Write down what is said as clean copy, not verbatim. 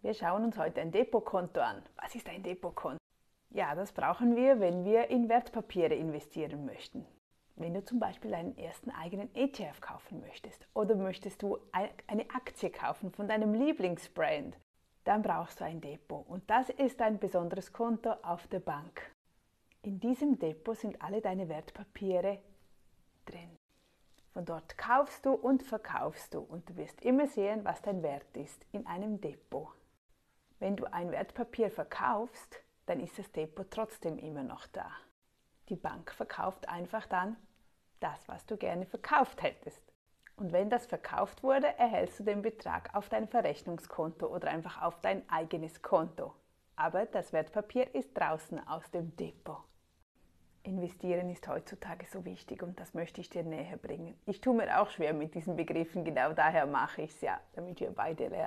Wir schauen uns heute ein Depotkonto an. Was ist ein Depotkonto? Ja, das brauchen wir, wenn wir in Wertpapiere investieren möchten. Wenn du zum Beispiel deinen ersten eigenen ETF kaufen möchtest oder möchtest du eine Aktie kaufen von deinem Lieblingsbrand, dann brauchst du ein Depot und das ist ein besonderes Konto auf der Bank. In diesem Depot sind alle deine Wertpapiere drin. Von dort kaufst du und verkaufst du und du wirst immer sehen, was dein Wert ist in einem Depot. Wenn du ein Wertpapier verkaufst, dann ist das Depot trotzdem immer noch da. Die Bank verkauft einfach dann das, was du gerne verkauft hättest. Und wenn das verkauft wurde, erhältst du den Betrag auf dein Verrechnungskonto oder einfach auf dein eigenes Konto. Aber das Wertpapier ist draußen aus dem Depot. Investieren ist heutzutage so wichtig und das möchte ich dir näher bringen. Ich tue mir auch schwer mit diesen Begriffen, genau daher mache ich es ja, damit wir beide lernen.